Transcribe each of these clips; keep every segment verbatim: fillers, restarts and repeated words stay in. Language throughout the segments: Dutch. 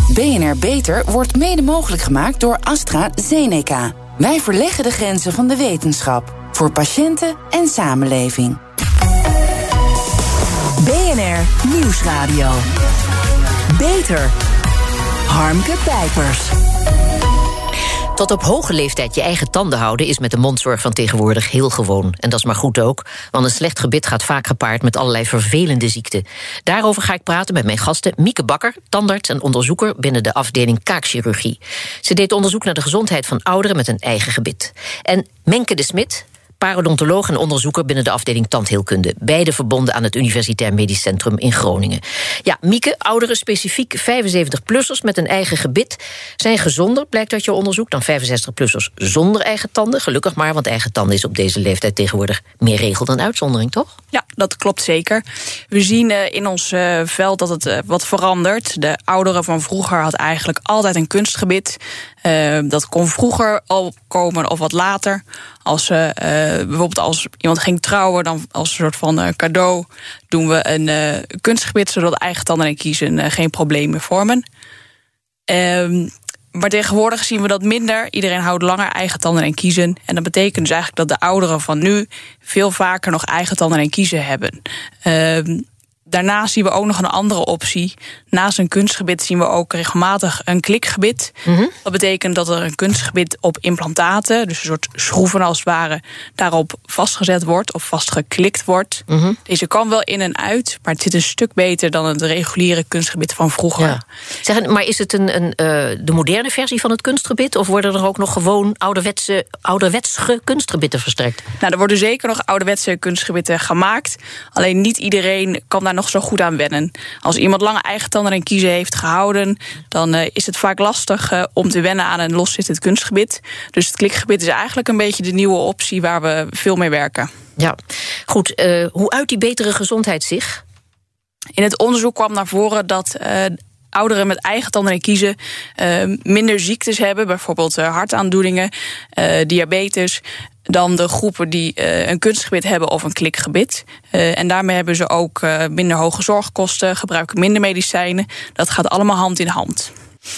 B N R Beter wordt mede mogelijk gemaakt door AstraZeneca. Wij verleggen de grenzen van de wetenschap. Voor patiënten en samenleving. B N R Nieuwsradio. Beter. Harmke Pijpers. Tot op hoge leeftijd je eigen tanden houden is met de mondzorg van tegenwoordig heel gewoon. En dat is maar goed ook, want een slecht gebit gaat vaak gepaard met allerlei vervelende ziekten. Daarover ga ik praten met mijn gasten Mieke Bakker, tandarts en onderzoeker binnen de afdeling kaakchirurgie. Ze deed onderzoek naar de gezondheid van ouderen met een eigen gebit. En Menke de Smit, parodontoloog en onderzoeker binnen de afdeling tandheelkunde. Beide verbonden aan het Universitair Medisch Centrum in Groningen. Ja, Mieke, ouderen, specifiek vijfenzeventig-plussers met een eigen gebit, zijn gezonder, blijkt uit je onderzoek, dan vijfenzestig-plussers zonder eigen tanden. Gelukkig maar, want eigen tanden is op deze leeftijd tegenwoordig meer regel dan uitzondering, toch? Ja, dat klopt zeker. We zien uh, in ons uh, veld dat het uh, wat verandert. De ouderen van vroeger had eigenlijk altijd een kunstgebit. Uh, dat kon vroeger al komen of wat later. Als, uh, uh, bijvoorbeeld als iemand ging trouwen, dan als een soort van uh, cadeau doen we een uh, kunstgebit, zodat eigen tanden en kiezen uh, geen problemen vormen. Uh, maar tegenwoordig zien we dat minder. Iedereen houdt langer eigen tanden en kiezen. En dat betekent dus eigenlijk dat de ouderen van nu veel vaker nog eigen tanden en kiezen hebben. Uh, Daarnaast zien we ook nog een andere optie. Naast een kunstgebit zien we ook regelmatig een klikgebit. Mm-hmm. Dat betekent dat er een kunstgebit op implantaten, dus een soort schroeven als het ware, daarop vastgezet wordt of vastgeklikt wordt. Mm-hmm. Deze kan wel in en uit, maar het zit een stuk beter dan het reguliere kunstgebit van vroeger. Ja. Zeg, maar is het een, een, uh, de moderne versie van het kunstgebit, of worden er ook nog gewoon ouderwetse, ouderwetse kunstgebitten verstrekt? Nou, er worden zeker nog ouderwetse kunstgebitten gemaakt. Alleen niet iedereen kan daar nog zo goed aan wennen. Als iemand lange eigen tanden en kiezen heeft gehouden, dan uh, is het vaak lastig uh, om te wennen aan een loszittend kunstgebit. Dus het klikgebit is eigenlijk een beetje de nieuwe optie waar we veel mee werken. Ja, goed. Uh, hoe uit die betere gezondheid zich? In het onderzoek kwam naar voren dat Uh, ouderen met eigen tanden en kiezen uh, minder ziektes hebben, bijvoorbeeld uh, hartaandoeningen, uh, diabetes, dan de groepen die uh, een kunstgebit hebben of een klikgebit. Uh, en daarmee hebben ze ook uh, minder hoge zorgkosten, gebruiken minder medicijnen. Dat gaat allemaal hand in hand.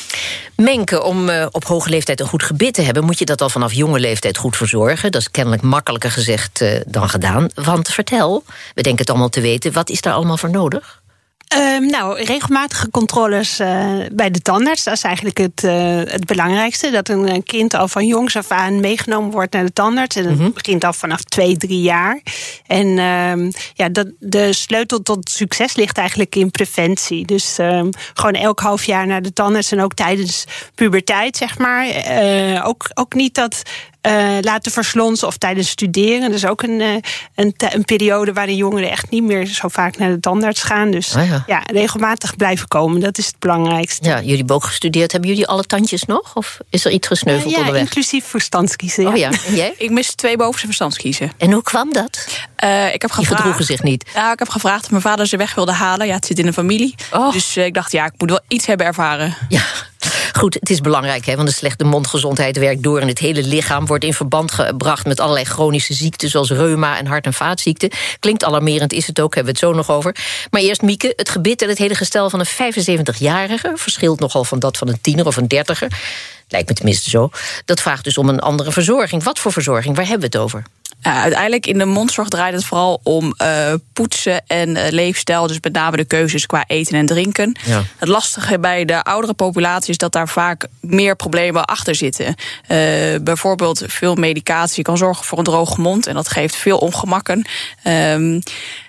Menke, om uh, op hoge leeftijd een goed gebit te hebben, moet je dat al vanaf jonge leeftijd goed verzorgen. Dat is kennelijk makkelijker gezegd uh, dan gedaan. Want vertel, we denken het allemaal te weten, wat is daar allemaal voor nodig? Um, nou, regelmatige controles uh, bij de tandarts. Dat is eigenlijk het, uh, het belangrijkste. Dat een kind al van jongs af aan meegenomen wordt naar de tandarts. En dat mm-hmm. begint al vanaf twee, drie jaar. En um, ja, dat, de sleutel tot succes ligt eigenlijk in preventie. Dus um, gewoon elk half jaar naar de tandarts. En ook tijdens puberteit, zeg maar. Uh, ook, ook niet dat Uh, laten verslonsen of tijdens studeren. Dus ook een, uh, een, een periode waarin jongeren echt niet meer zo vaak naar de tandarts gaan. Dus ah, ja. ja, regelmatig blijven komen, dat is het belangrijkste. Ja, jullie hebben ook gestudeerd. Hebben jullie alle tandjes nog? Of is er iets gesneuveld uh, ja, onderweg? Inclusief verstandskiezen. Ja. Oh ja, en jij? Ik mis twee bovenste verstandskiezen. En hoe kwam dat? Uh, ik heb gevraagd, Die gedroegen zich niet. Nou, ik heb gevraagd of mijn vader ze weg wilde halen. Ja, het zit in een familie. Oh. Dus uh, ik dacht, ja, ik moet wel iets hebben ervaren. Ja. Goed, het is belangrijk, hè, want de slechte mondgezondheid werkt door in het hele lichaam, wordt in verband gebracht met allerlei chronische ziekten, zoals reuma en hart- en vaatziekten. Klinkt alarmerend, is het ook, hebben we het zo nog over. Maar eerst, Mieke, het gebit en het hele gestel van een vijfenzeventigjarige verschilt nogal van dat van een tiener of een dertiger. Lijkt me tenminste zo. Dat vraagt dus om een andere verzorging. Wat voor verzorging? Waar hebben we het over? Uh, uiteindelijk in de mondzorg draait het vooral om uh, poetsen en uh, leefstijl. Dus met name de keuzes qua eten en drinken. Ja. Het lastige bij de oudere populatie is dat daar vaak meer problemen achter zitten. Uh, bijvoorbeeld veel medicatie kan zorgen voor een droge mond. En dat geeft veel ongemakken. Um,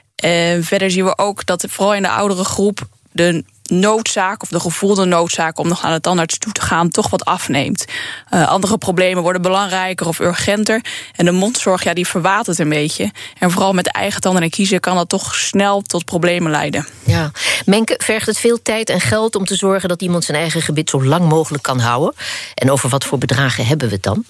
en verder zien we ook dat vooral in de oudere groep de noodzaak of de gevoelde noodzaak om nog naar de tandarts toe te gaan toch wat afneemt. Uh, andere problemen worden belangrijker of urgenter. En de mondzorg, ja, die verwatert een beetje. En vooral met de eigen tanden en kiezen kan dat toch snel tot problemen leiden. Ja. Menke, vergt het veel tijd en geld om te zorgen dat iemand zijn eigen gebit zo lang mogelijk kan houden? En over wat voor bedragen hebben we het dan?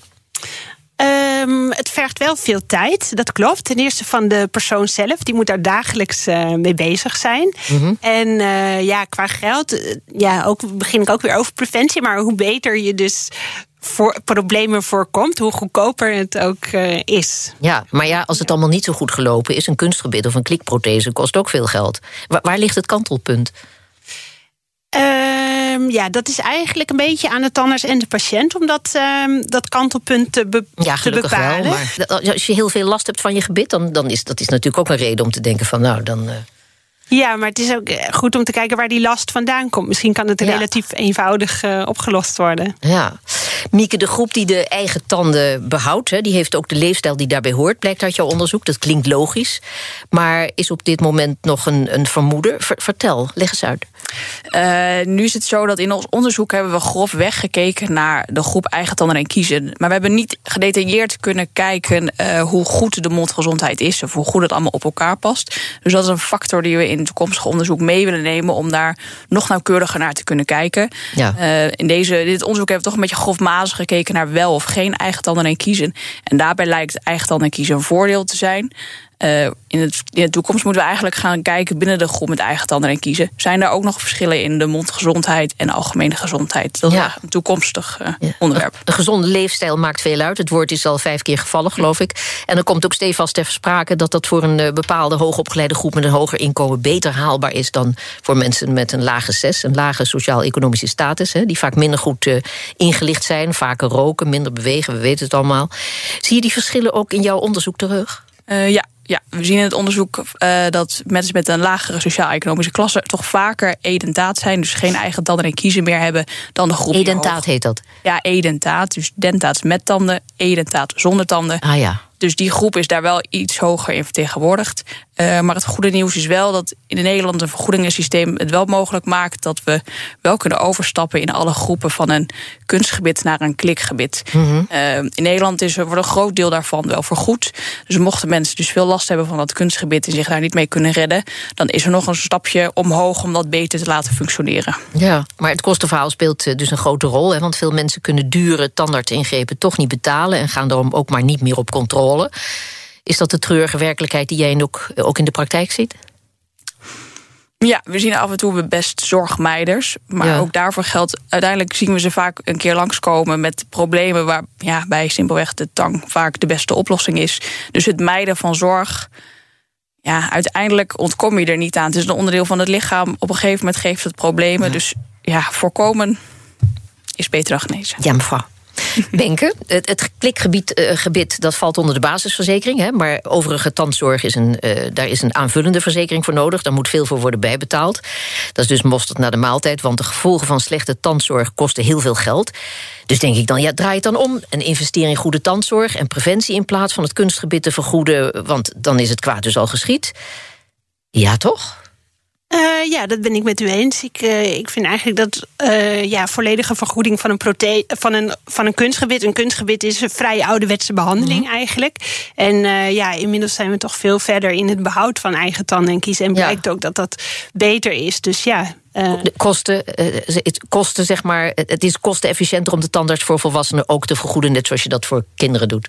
Um, het vergt wel veel tijd, dat klopt. Ten eerste van de persoon zelf, die moet daar dagelijks uh, mee bezig zijn. Mm-hmm. En uh, ja, qua geld, uh, ja, ook, begin ik ook weer over preventie, maar hoe beter je dus voor problemen voorkomt, hoe goedkoper het ook uh, is. Ja, maar ja, als het allemaal niet zo goed gelopen is, een kunstgebit of een klikprothese kost ook veel geld. Waar, waar ligt het kantelpunt? Uh, Um, ja, dat is eigenlijk een beetje aan de tandarts en de patiënt om dat, um, dat kantelpunt te, be- ja, te bepalen. Wel, maar als je heel veel last hebt van je gebit, dan, dan is dat is natuurlijk ook een reden om te denken van nou, dan... Uh... Ja, maar het is ook goed om te kijken waar die last vandaan komt. Misschien kan het ja. relatief eenvoudig uh, opgelost worden. Ja. Mieke, de groep die de eigen tanden behoudt, hè, die heeft ook de leefstijl die daarbij hoort, blijkt uit jouw onderzoek. Dat klinkt logisch. Maar is op dit moment nog een, een vermoeden? Ver, vertel, leg eens uit. Uh, nu is het zo dat in ons onderzoek hebben we grofweg gekeken naar de groep eigen tanden en kiezen. Maar we hebben niet gedetailleerd kunnen kijken uh, hoe goed de mondgezondheid is of hoe goed het allemaal op elkaar past. Dus dat is een factor die we in het toekomstige onderzoek mee willen nemen om daar nog nauwkeuriger naar te kunnen kijken. Ja. Uh, in deze, dit onderzoek hebben we toch een beetje grofmazig gekeken naar wel of geen eigen tanden en kiezen. En daarbij lijkt eigen tanden en kiezen een voordeel te zijn. Uh, in, het, in de toekomst moeten we eigenlijk gaan kijken binnen de groep met eigen tanden en kiezen. Zijn er ook nog verschillen in de mondgezondheid en de algemene gezondheid? Dat ja. is een toekomstig uh, ja. onderwerp. Een gezonde leefstijl maakt veel uit. Het woord is al vijf keer gevallen, geloof ik. En er komt ook stevast ter sprake dat dat voor een uh, bepaalde hoogopgeleide groep met een hoger inkomen beter haalbaar is dan voor mensen met een lage S E S, een lage sociaal-economische status, hè, die vaak minder goed uh, ingelicht zijn, vaker roken, minder bewegen, we weten het allemaal. Zie je die verschillen ook in jouw onderzoek terug? Uh, ja. Ja, we zien in het onderzoek uh, dat mensen met een lagere sociaal-economische klasse toch vaker edentaat zijn, dus geen eigen tanden en kiezen meer hebben dan de groep. Edentaat heet dat? Ja, edentaat. Dus dentaat met tanden, edentaat zonder tanden. Ah ja. Dus die groep is daar wel iets hoger in vertegenwoordigd. Uh, maar het goede nieuws is wel dat in Nederland een vergoedingensysteem het wel mogelijk maakt dat we wel kunnen overstappen in alle groepen van een kunstgebit naar een klikgebit. Mm-hmm. Uh, in Nederland is er voor een groot deel daarvan wel vergoed. Dus mochten mensen dus veel last hebben van dat kunstgebit en zich daar niet mee kunnen redden, dan is er nog een stapje omhoog om dat beter te laten functioneren. Ja, maar het kostenverhaal speelt dus een grote rol. Hè, want veel mensen kunnen dure tandartsingrepen toch niet betalen en gaan daarom ook maar niet meer op controle. Is dat de treurige werkelijkheid die jij ook, ook in de praktijk ziet? Ja, we zien af en toe best zorgmeiders. Maar ja. ook daarvoor geldt, uiteindelijk zien we ze vaak een keer langskomen met problemen waar ja, bij simpelweg de tang vaak de beste oplossing is. Dus het mijden van zorg, ja, uiteindelijk ontkom je er niet aan. Het is een onderdeel van het lichaam. Op een gegeven moment geeft het problemen. Ja. Dus ja, voorkomen is beter dan genezen. Ja, mevrouw. Benke, het, het klikgebit uh, gebit, dat valt onder de basisverzekering. Hè, maar overige tandzorg is een, uh, daar is een aanvullende verzekering voor nodig. Daar moet veel voor worden bijbetaald. Dat is dus mosterd na de maaltijd, want de gevolgen van slechte tandzorg kosten heel veel geld. Dus denk ik dan, ja, draai het dan om. En investeer in goede tandzorg en preventie in plaats van het kunstgebit te vergoeden, want dan is het kwaad dus al geschied. Ja, toch? Uh, ja, dat ben ik met u eens. Ik, uh, ik vind eigenlijk dat uh, ja, volledige vergoeding van een, prote- van, een, van een kunstgebit. Een kunstgebit is een vrij ouderwetse behandeling mm-hmm. eigenlijk. En uh, ja, inmiddels zijn we toch veel verder in het behoud van eigen tanden en kiezen. En blijkt ja. ook dat dat beter is. Dus ja. Uh, de kosten, uh, het kosten, zeg maar, het is kostenefficiënter om de tandarts voor volwassenen ook te vergoeden, net zoals je dat voor kinderen doet.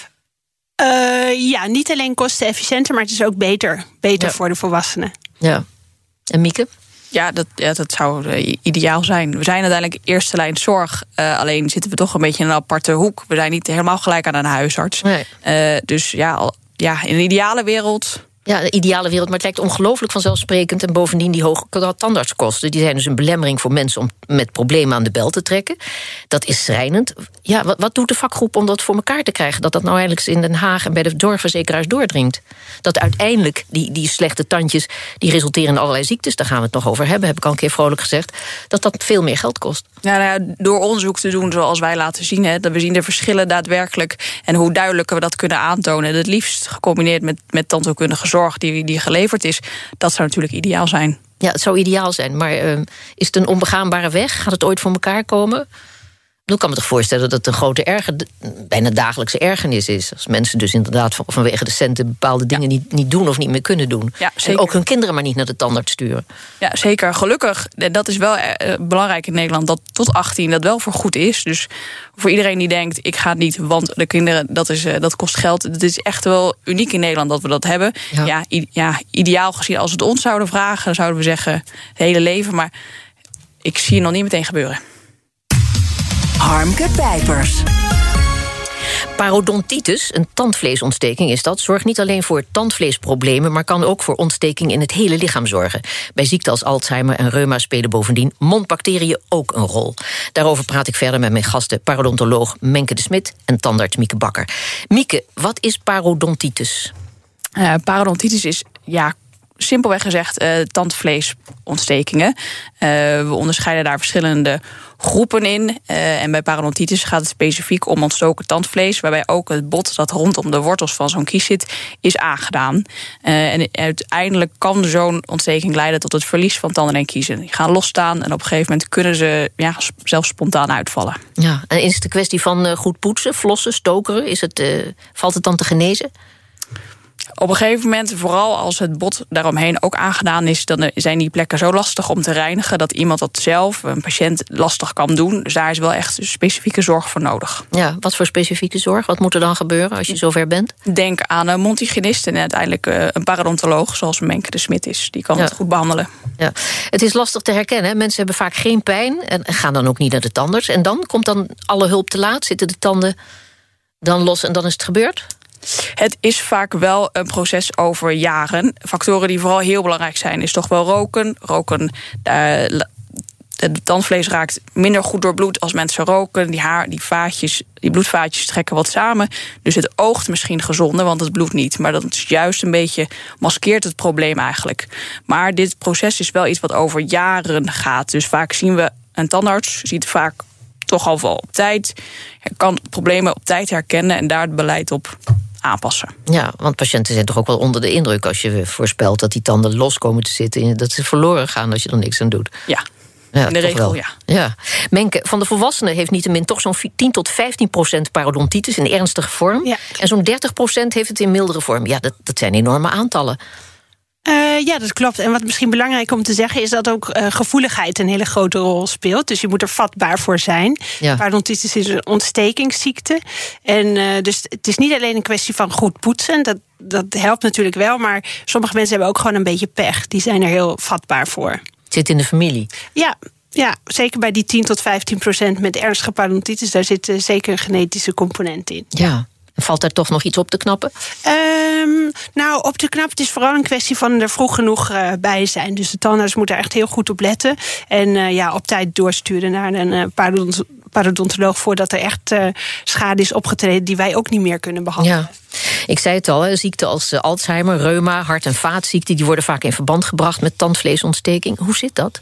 Uh, ja, niet alleen kostenefficiënter, maar het is ook beter, beter ja. voor de volwassenen. Ja. En Mieke? Ja, dat, ja, dat zou uh, ideaal zijn. We zijn uiteindelijk eerste lijn zorg. Uh, alleen zitten we toch een beetje in een aparte hoek. We zijn niet helemaal gelijk aan een huisarts. Nee. Uh, dus ja, al, ja, in een ideale wereld. Ja, de ideale wereld, maar het lijkt ongelooflijk vanzelfsprekend. En bovendien die hoge tandartskosten, die zijn dus een belemmering voor mensen om met problemen aan de bel te trekken. Dat is schrijnend. Ja, wat, wat doet de vakgroep om dat voor elkaar te krijgen? Dat dat nou eigenlijk in Den Haag en bij de zorgverzekeraars doordringt. Dat uiteindelijk die, die slechte tandjes, die resulteren in allerlei ziektes, daar gaan we het nog over hebben, heb ik al een keer vrolijk gezegd, dat dat veel meer geld kost. Ja, nou ja, door onderzoek te doen zoals wij laten zien, hè, dat we zien de verschillen daadwerkelijk en hoe duidelijker we dat kunnen aantonen. En het liefst gecombineerd met, met tandheelkundige zorg die, die geleverd is, dat zou natuurlijk ideaal zijn. Ja, het zou ideaal zijn, maar uh, is het een onbegaanbare weg? Gaat het ooit voor elkaar komen? Ik kan me toch voorstellen dat het een grote erger, bijna dagelijkse ergernis is. Als mensen dus inderdaad vanwege de centen bepaalde dingen ja. niet, niet doen of niet meer kunnen doen. Ja, en ook hun kinderen maar niet naar de tandarts sturen. Ja, zeker. Gelukkig, dat is wel uh, belangrijk in Nederland, dat tot achttien dat wel voor goed is. Dus voor iedereen die denkt, ik ga het niet, want de kinderen, dat, is, uh, dat kost geld. Het is echt wel uniek in Nederland dat we dat hebben. Ja. Ja, i- ja, ideaal gezien, als we het ons zouden vragen, dan zouden we zeggen het hele leven. Maar ik zie het nog niet meteen gebeuren. Harmke Pijpers. Parodontitis, een tandvleesontsteking is dat, zorgt niet alleen voor tandvleesproblemen, maar kan ook voor ontsteking in het hele lichaam zorgen. Bij ziekten als Alzheimer en reuma spelen bovendien mondbacteriën ook een rol. Daarover praat ik verder met mijn gasten parodontoloog Menke de Smit en tandarts Mieke Bakker. Mieke, wat is parodontitis? Uh, parodontitis is, ja, simpelweg gezegd, uh, tandvleesontstekingen. Uh, we onderscheiden daar verschillende groepen in. Uh, en bij parodontitis gaat het specifiek om ontstoken tandvlees, waarbij ook het bot dat rondom de wortels van zo'n kies zit, is aangedaan. Uh, en uiteindelijk kan zo'n ontsteking leiden tot het verlies van tanden en kiezen. Die gaan losstaan en op een gegeven moment kunnen ze ja, zelfs spontaan uitvallen. Ja, en is het een kwestie van uh, goed poetsen, flossen, stokeren? Is het, uh, valt het dan te genezen? Op een gegeven moment, vooral als het bot daaromheen ook aangedaan is, dan zijn die plekken zo lastig om te reinigen dat iemand dat zelf, een patiënt, lastig kan doen. Dus daar is wel echt specifieke zorg voor nodig. Ja, wat voor specifieke zorg? Wat moet er dan gebeuren als je zover bent? Denk aan een mondhygiënist en uiteindelijk een parodontoloog, zoals Menke de Smit is. Die kan ja. het goed behandelen. Ja. Het is lastig te herkennen. Mensen hebben vaak geen pijn en gaan dan ook niet naar de tandarts. En dan komt dan alle hulp te laat? Zitten de tanden dan los en dan is het gebeurd? Het is vaak wel een proces over jaren. Factoren die vooral heel belangrijk zijn, is toch wel roken. Roken, de, de tandvlees raakt minder goed door bloed als mensen roken. Die, haar, die, vaatjes, die bloedvaatjes trekken wat samen. Dus het oogt misschien gezonder, want het bloedt niet. Maar dat is juist een beetje maskeert het probleem eigenlijk. Maar dit proces is wel iets wat over jaren gaat. Dus vaak zien we, een tandarts ziet vaak toch al wel op tijd, kan problemen op tijd herkennen en daar het beleid op aanpassen. Ja, want patiënten zijn toch ook wel onder de indruk als je voorspelt dat die tanden los komen te zitten en dat ze verloren gaan als je er niks aan doet. Ja, ja in de regel wel. ja. ja. Menke, van de volwassenen heeft niettemin toch zo'n tien tot vijftien procent parodontitis in ernstige vorm. Ja. En zo'n dertig procent heeft het in mildere vorm. Ja, dat, dat zijn enorme aantallen. Uh, ja, dat klopt. En wat misschien belangrijk om te zeggen is dat ook uh, gevoeligheid een hele grote rol speelt. Dus je moet er vatbaar voor zijn. Ja. Parodontitis is een ontstekingsziekte. En uh, dus het is niet alleen een kwestie van goed poetsen. Dat, dat helpt natuurlijk wel. Maar sommige mensen hebben ook gewoon een beetje pech. Die zijn er heel vatbaar voor. Het zit in de familie. Ja. Ja, zeker bij die tien tot vijftien procent met ernstige parodontitis. Daar zit uh, zeker een genetische component in. Ja. Valt daar toch nog iets op te knappen? Um, nou, op te knappen, het is vooral een kwestie van er vroeg genoeg uh, bij zijn. Dus de tandarts moeten er echt heel goed op letten. En uh, ja, op tijd doorsturen naar een uh, parodont- parodontoloog voordat er echt uh, schade is opgetreden die wij ook niet meer kunnen behandelen. Ja. Ik zei het al, ziekten als uh, Alzheimer, reuma, hart- en vaatziekten, die worden vaak in verband gebracht met tandvleesontsteking. Hoe zit dat?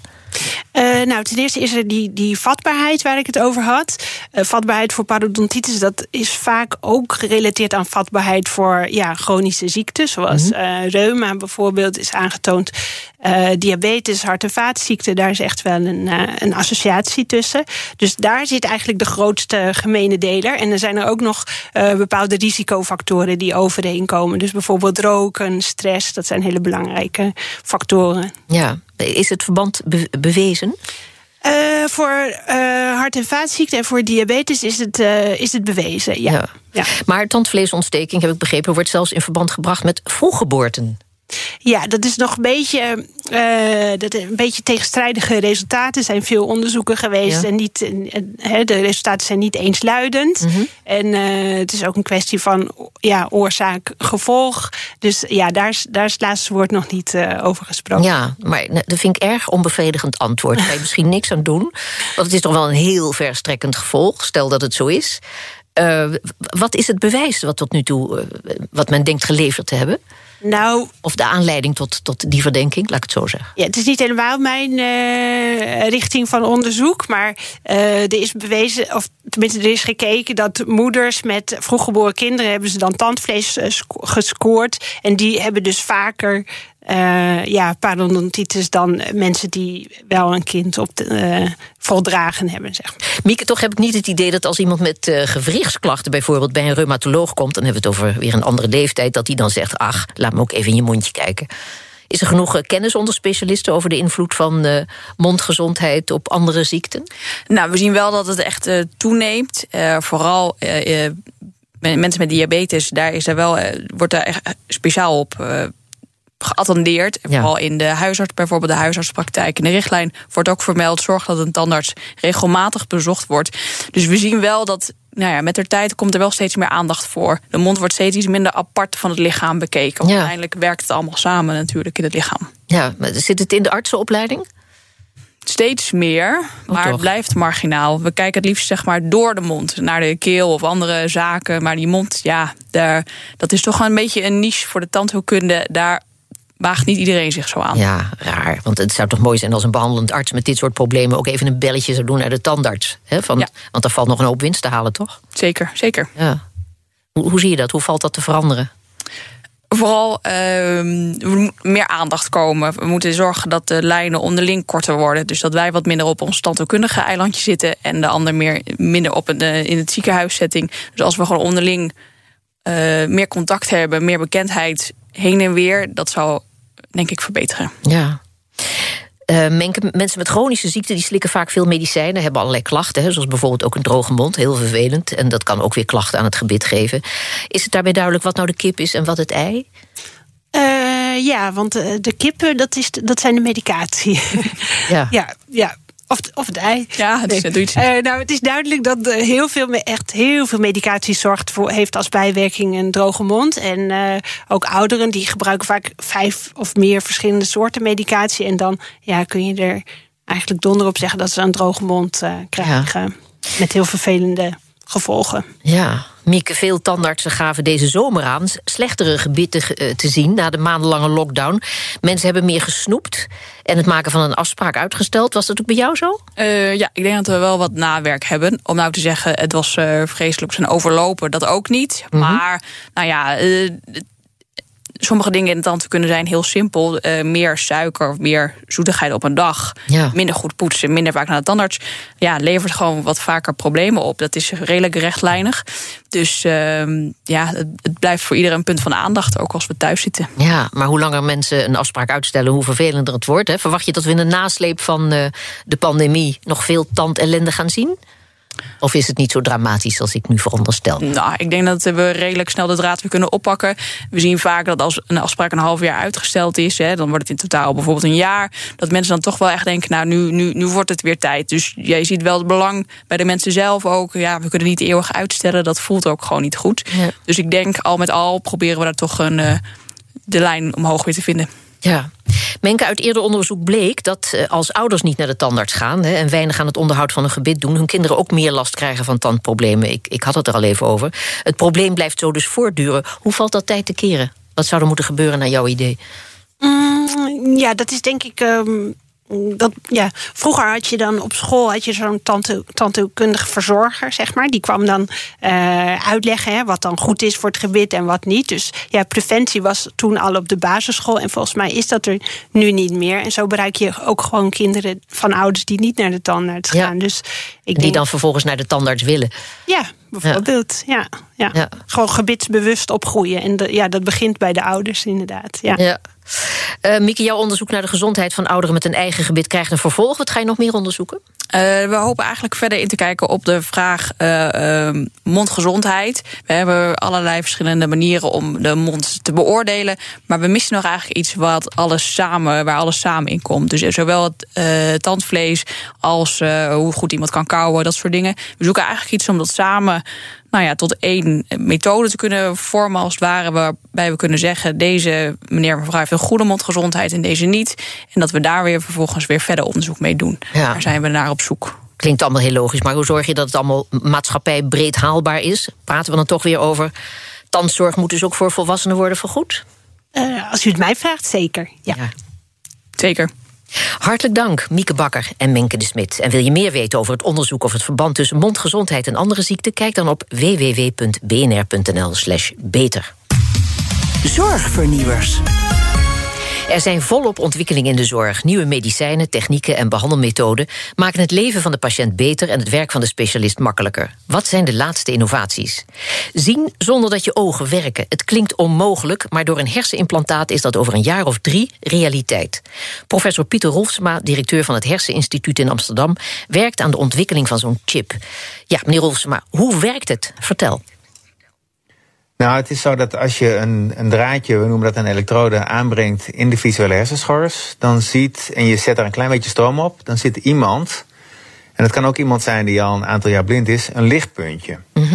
Uh, nou, ten eerste is er die, die vatbaarheid waar ik het over had. Uh, vatbaarheid voor parodontitis, dat is vaak ook gerelateerd aan vatbaarheid voor ja, chronische ziekten. Zoals mm-hmm. uh, reuma bijvoorbeeld is aangetoond. Uh, diabetes, hart- en vaatziekten, daar is echt wel een, uh, een associatie tussen. Dus daar zit eigenlijk de grootste gemene deler. En er zijn er ook nog uh, bepaalde risicofactoren die overeenkomen. Dus bijvoorbeeld roken, stress, dat zijn hele belangrijke factoren. Ja. Is het verband be- bewezen? Uh, voor uh, hart- en vaatziekten en voor diabetes is het, uh, is het bewezen, ja. Ja. ja. Maar tandvleesontsteking, heb ik begrepen, wordt zelfs in verband gebracht met vroeggeboorten. Ja, dat is nog een beetje, uh, dat een beetje tegenstrijdige resultaten. Er zijn veel onderzoeken geweest. Ja. En niet, uh, de resultaten zijn niet eensluidend. Mm-hmm. En uh, het is ook een kwestie van ja, oorzaak-gevolg. Dus ja, daar is, daar is het laatste woord nog niet uh, over gesproken. Ja, maar dat vind ik erg onbevredigend antwoord. Daar kan je misschien niks aan doen. Want het is toch wel een heel verstrekkend gevolg. Stel dat het zo is. Uh, wat is het bewijs wat tot nu toe, uh, wat men denkt geleverd te hebben? Nou, of de aanleiding tot, tot die verdenking, laat ik het zo zeggen. Ja, het is niet helemaal mijn uh, richting van onderzoek, maar uh, er is bewezen, of tenminste er is gekeken dat moeders met vroeggeboren kinderen hebben ze dan tandvlees uh, gescoord en die hebben dus vaker Uh, ja, parodontitis dan mensen die wel een kind op de, uh, voldragen hebben, zeg maar. Mieke, toch heb ik niet het idee dat als iemand met uh, gewrichtsklachten bijvoorbeeld bij een reumatoloog komt, dan hebben we het over weer een andere leeftijd, dat die dan zegt, ach, laat me ook even in je mondje kijken. Is er genoeg uh, kennis onder specialisten over de invloed van uh, mondgezondheid op andere ziekten? Nou, we zien wel dat het echt uh, toeneemt. Uh, vooral uh, uh, mensen met diabetes, daar is er wel, uh, wordt daar echt speciaal op uh, geattendeerd. Ja. Vooral in de huisarts, bijvoorbeeld de huisartspraktijk. In de richtlijn wordt ook vermeld, zorg dat een tandarts regelmatig bezocht wordt. Dus we zien wel dat nou ja, met de tijd komt er wel steeds meer aandacht voor. De mond wordt steeds iets minder apart van het lichaam bekeken. Want ja. Uiteindelijk werkt het allemaal samen natuurlijk in het lichaam. Ja, maar zit het in de artsenopleiding? Steeds meer, maar oh, het blijft marginaal. We kijken het liefst zeg maar door de mond naar de keel of andere zaken. Maar die mond, ja, daar, dat is toch een beetje een niche voor de tandheelkunde. Daar waagt niet iedereen zich zo aan. Ja, raar. Want het zou toch mooi zijn als een behandelend arts met dit soort problemen ook even een belletje zou doen naar de tandarts. Hè? Van, ja. Want daar valt nog een hoop winst te halen, toch? Zeker, zeker. Ja. Hoe, hoe zie je dat? Hoe valt dat te veranderen? Vooral uh, er moet meer aandacht komen. We moeten zorgen dat de lijnen onderling korter worden. Dus dat wij wat minder op ons tandheelkundige eilandje zitten en de ander meer, minder op een, in het ziekenhuissetting. Dus als we gewoon onderling uh, meer contact hebben, meer bekendheid heen en weer, dat zou denk ik verbeteren. Ja. Uh, mensen met chronische ziekten die slikken vaak veel medicijnen, hebben allerlei klachten, hè, zoals bijvoorbeeld ook een droge mond, heel vervelend. En dat kan ook weer klachten aan het gebit geven. Is het daarbij duidelijk wat nou de kip is en wat het ei? Uh, ja, want de kippen, dat, is, dat zijn de medicatie. Ja, ja, ja. Of, of het ei. Ja, het is, nee. iets. Uh, nou, het is duidelijk dat uh, heel veel, echt heel veel medicatie zorgt voor, heeft als bijwerking een droge mond. En uh, ook ouderen die gebruiken vaak vijf of meer verschillende soorten medicatie. En dan ja, kun je er eigenlijk donder op zeggen dat ze een droge mond uh, krijgen. Ja. Met heel vervelende gevolgen. Ja, Mieke, veel tandartsen gaven deze zomer aan slechtere gebitten te zien na de maandenlange lockdown. Mensen hebben meer gesnoept en het maken van een afspraak uitgesteld. Was dat ook bij jou zo? Uh, ja, ik denk dat we wel wat nawerk hebben. Om nou te zeggen, het was uh, vreselijk zijn overlopen, dat ook niet. Mm-hmm. Maar, nou ja, Uh, sommige dingen in de tandheelkunde zijn heel simpel. Uh, meer suiker, meer zoetigheid op een dag. Ja. Minder goed poetsen, minder vaak naar de tandarts. Ja, levert gewoon wat vaker problemen op. Dat is redelijk rechtlijnig. Dus uh, ja, het, het blijft voor iedereen een punt van aandacht, ook als we thuis zitten. Ja, maar hoe langer mensen een afspraak uitstellen, hoe vervelender het wordt. Hè? Verwacht je dat we in de nasleep van uh, de pandemie nog veel tandellende gaan zien? Of is het niet zo dramatisch als ik nu veronderstel? Nou, ik denk dat we redelijk snel de draad weer kunnen oppakken. We zien vaak dat als een afspraak een half jaar uitgesteld is, hè, dan wordt het in totaal bijvoorbeeld een jaar, dat mensen dan toch wel echt denken, nou, nu, nu, nu wordt het weer tijd. Dus ja, je ziet wel het belang bij de mensen zelf ook. Ja, we kunnen niet eeuwig uitstellen, dat voelt ook gewoon niet goed. Ja. Dus ik denk, al met al proberen we daar toch een, uh, de lijn omhoog weer te vinden. Ja. Menke, uit eerder onderzoek bleek dat als ouders niet naar de tandarts gaan hè, en weinig aan het onderhoud van hun gebit doen, hun kinderen ook meer last krijgen van tandproblemen. Ik, ik had het er al even over. Het probleem blijft zo dus voortduren. Hoe valt dat tijd te keren? Wat zou er moeten gebeuren naar jouw idee? Mm, ja, dat is denk ik Um... Dat, ja, vroeger had je dan op school had je zo'n tandheelkundige verzorger, zeg maar. Die kwam dan uh, uitleggen hè, wat dan goed is voor het gebit en wat niet. Dus ja, preventie was toen al op de basisschool. En volgens mij is dat er nu niet meer. En zo bereik je ook gewoon kinderen van ouders die niet naar de tandarts gaan. Ja. Dus ik die denk, dan vervolgens naar de tandarts willen. Ja, bijvoorbeeld. Ja. Ja, ja. Ja. Gewoon gebitsbewust opgroeien. En de, ja, dat begint bij de ouders inderdaad. Ja. Ja. Uh, Mieke, jouw onderzoek naar de gezondheid van ouderen met een eigen gebit krijgt een vervolg. Wat ga je nog meer onderzoeken? Uh, we hopen eigenlijk verder in te kijken op de vraag uh, uh, mondgezondheid. We hebben allerlei verschillende manieren om de mond te beoordelen. Maar we missen nog eigenlijk iets wat alles samen, waar alles samen in komt. Dus zowel het uh, tandvlees als uh, hoe goed iemand kan kauwen, dat soort dingen. We zoeken eigenlijk iets om dat samen, nou ja, tot één methode te kunnen vormen als het ware, waarbij we kunnen zeggen, deze meneer mevrouw heeft een goede mondgezondheid en deze niet. En dat we daar weer vervolgens weer verder onderzoek mee doen. Ja. Daar zijn we naar op zoek. Klinkt allemaal heel logisch, maar hoe zorg je dat het allemaal maatschappijbreed haalbaar is? Praten we dan toch weer over tandzorg moet dus ook voor volwassenen worden vergoed? Uh, als u het mij vraagt, zeker. Ja. Ja. Zeker. Hartelijk dank, Mieke Bakker en Menke de Smit. En wil je meer weten over het onderzoek of het verband tussen mondgezondheid en andere ziekten? Kijk dan op w w w punt b n r punt n l slash beter. Zorgvernieuwers. Er zijn volop ontwikkelingen in de zorg. Nieuwe medicijnen, technieken en behandelmethoden maken het leven van de patiënt beter en het werk van de specialist makkelijker. Wat zijn de laatste innovaties? Zien zonder dat je ogen werken. Het klinkt onmogelijk, maar door een hersenimplantaat is dat over een jaar of drie realiteit. Professor Pieter Rolfsema, directeur van het Herseninstituut in Amsterdam, werkt aan de ontwikkeling van zo'n chip. Ja, meneer Rolfsema, hoe werkt het? Vertel. Nou, het is zo dat als je een, een draadje, we noemen dat een elektrode, aanbrengt in de visuele hersenschors, dan ziet, en je zet daar een klein beetje stroom op, dan zit iemand, en het kan ook iemand zijn die al een aantal jaar blind is, een lichtpuntje. Mm-hmm.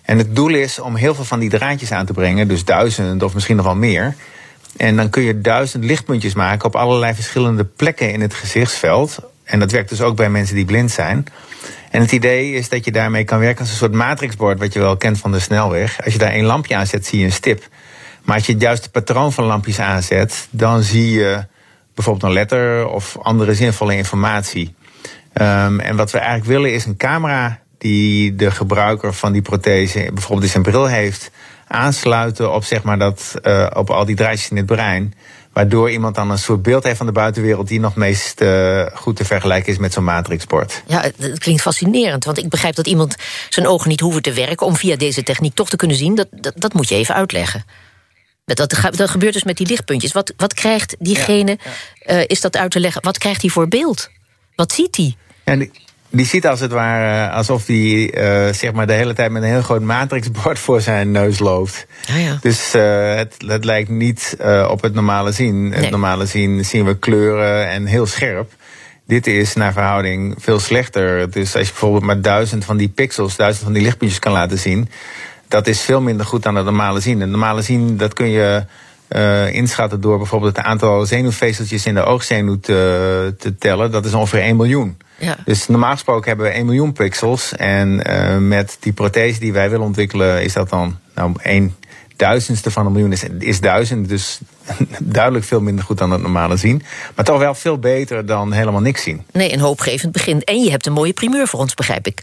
En het doel is om heel veel van die draadjes aan te brengen, dus duizend of misschien nog wel meer. En dan kun je duizend lichtpuntjes maken op allerlei verschillende plekken in het gezichtsveld. En dat werkt dus ook bij mensen die blind zijn. En het idee is dat je daarmee kan werken als een soort matrixbord, wat je wel kent van de snelweg. Als je daar één lampje aanzet, zie je een stip. Maar als je het juiste patroon van lampjes aanzet, dan zie je bijvoorbeeld een letter of andere zinvolle informatie. Um, en wat we eigenlijk willen is een camera die de gebruiker van die prothese, bijvoorbeeld in zijn bril heeft, aansluiten op, zeg maar, dat, uh, op al die draadjes in het brein. Waardoor iemand dan een soort beeld heeft van de buitenwereld die nog meest uh, goed te vergelijken is met zo'n matrixbord. Ja, het klinkt fascinerend, want ik begrijp dat iemand zijn ogen niet hoeven te werken om via deze techniek toch te kunnen zien. Dat, dat, dat moet je even uitleggen. Dat, dat gebeurt dus met die lichtpuntjes. Wat, wat krijgt diegene, ja, ja. Uh, is dat uit te leggen, wat krijgt hij voor beeld? Wat ziet hij? Ja, die, die ziet als het ware alsof hij uh, zeg maar de hele tijd met een heel groot matrixbord voor zijn neus loopt. Ah, ja. Dus uh, het, het lijkt niet uh, op het normale zien. Nee. Het normale zien zien we kleuren en heel scherp. Dit is naar verhouding veel slechter. Dus als je bijvoorbeeld maar duizend van die pixels, duizend van die lichtpuntjes kan laten zien, dat is veel minder goed dan het normale zien. Het normale zien, dat kun je uh, inschatten door bijvoorbeeld het aantal zenuwvezeltjes in de oogzenuw te, te tellen. Dat is ongeveer één miljoen. Ja. Dus normaal gesproken hebben we één miljoen pixels. En uh, met die prothese die wij willen ontwikkelen, is dat dan nou één duizendste van een miljoen is, is duizend. Dus duidelijk veel minder goed dan het normale zien. Maar toch wel veel beter dan helemaal niks zien. Nee, een hoopgevend begin. En je hebt een mooie primeur voor ons, begrijp ik.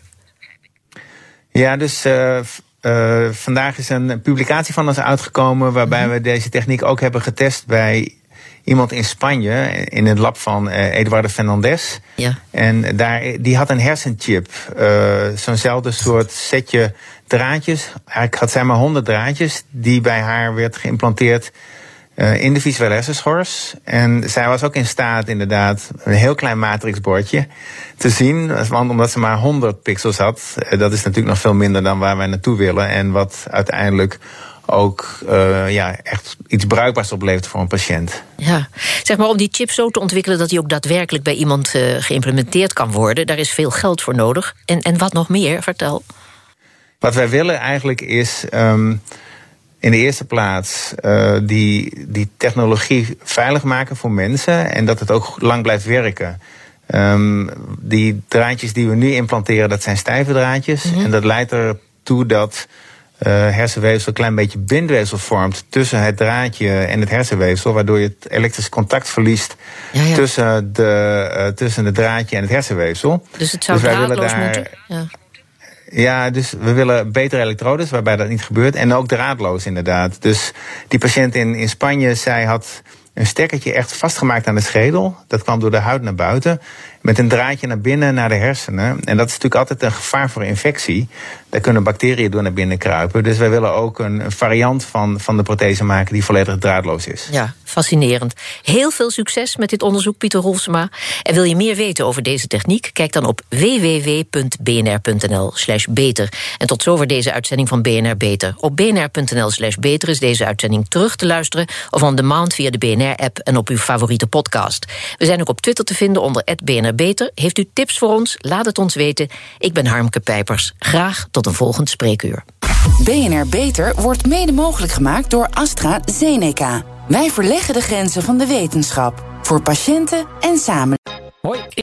Ja, dus Uh, Uh, vandaag is een publicatie van ons uitgekomen waarbij mm-hmm. we deze techniek ook hebben getest bij iemand in Spanje, in het lab van uh, Eduardo Fernandez. Ja. En daar, die had een hersenchip, uh, zo'nzelfde soort setje draadjes. Eigenlijk had zij maar honderd draadjes die bij haar werd geïmplanteerd Uh, in de visuele hersenschors. En zij was ook in staat inderdaad een heel klein matrixbordje te zien. Want omdat ze maar honderd pixels had, uh, dat is natuurlijk nog veel minder dan waar wij naartoe willen. En wat uiteindelijk ook uh, ja, echt iets bruikbaars oplevert voor een patiënt. Ja, zeg maar om die chip zo te ontwikkelen dat die ook daadwerkelijk bij iemand uh, geïmplementeerd kan worden. Daar is veel geld voor nodig. En, en wat nog meer? Vertel. Wat wij willen eigenlijk is Um, in de eerste plaats uh, die, die technologie veilig maken voor mensen en dat het ook lang blijft werken. Um, die draadjes die we nu implanteren, dat zijn stijve draadjes. Mm-hmm. En dat leidt ertoe dat uh, hersenweefsel een klein beetje bindweefsel vormt tussen het draadje en het hersenweefsel, waardoor je het elektrisch contact verliest ja, ja. Tussen, de, uh, tussen het draadje en het hersenweefsel. Dus het zou dus draadloos daar moeten? Ja. Ja, dus we willen betere elektrodes, waarbij dat niet gebeurt. En ook draadloos inderdaad. Dus die patiënt in, in Spanje, zij had een stekkertje echt vastgemaakt aan de schedel. Dat kwam door de huid naar buiten. Met een draadje naar binnen, naar de hersenen. En dat is natuurlijk altijd een gevaar voor infectie. Daar kunnen bacteriën door naar binnen kruipen. Dus wij willen ook een, een variant van, van de prothese maken die volledig draadloos is. Ja, fascinerend. Heel veel succes met dit onderzoek, Pieter Rolfsema. En wil je meer weten over deze techniek? Kijk dan op w w w punt b n r punt n l slash beter. En tot zover deze uitzending van B N R Beter. Op b n r punt n l slash beter is deze uitzending terug te luisteren of on demand via de B N R-app en op uw favoriete podcast. We zijn ook op Twitter te vinden onder at B N R Beter. Heeft u tips voor ons? Laat het ons weten. Ik ben Harmke Pijpers. Graag tot een volgend spreekuur. B N R Beter wordt mede mogelijk gemaakt door AstraZeneca. Wij verleggen de grenzen van de wetenschap. Voor patiënten en samenleving. Hoi.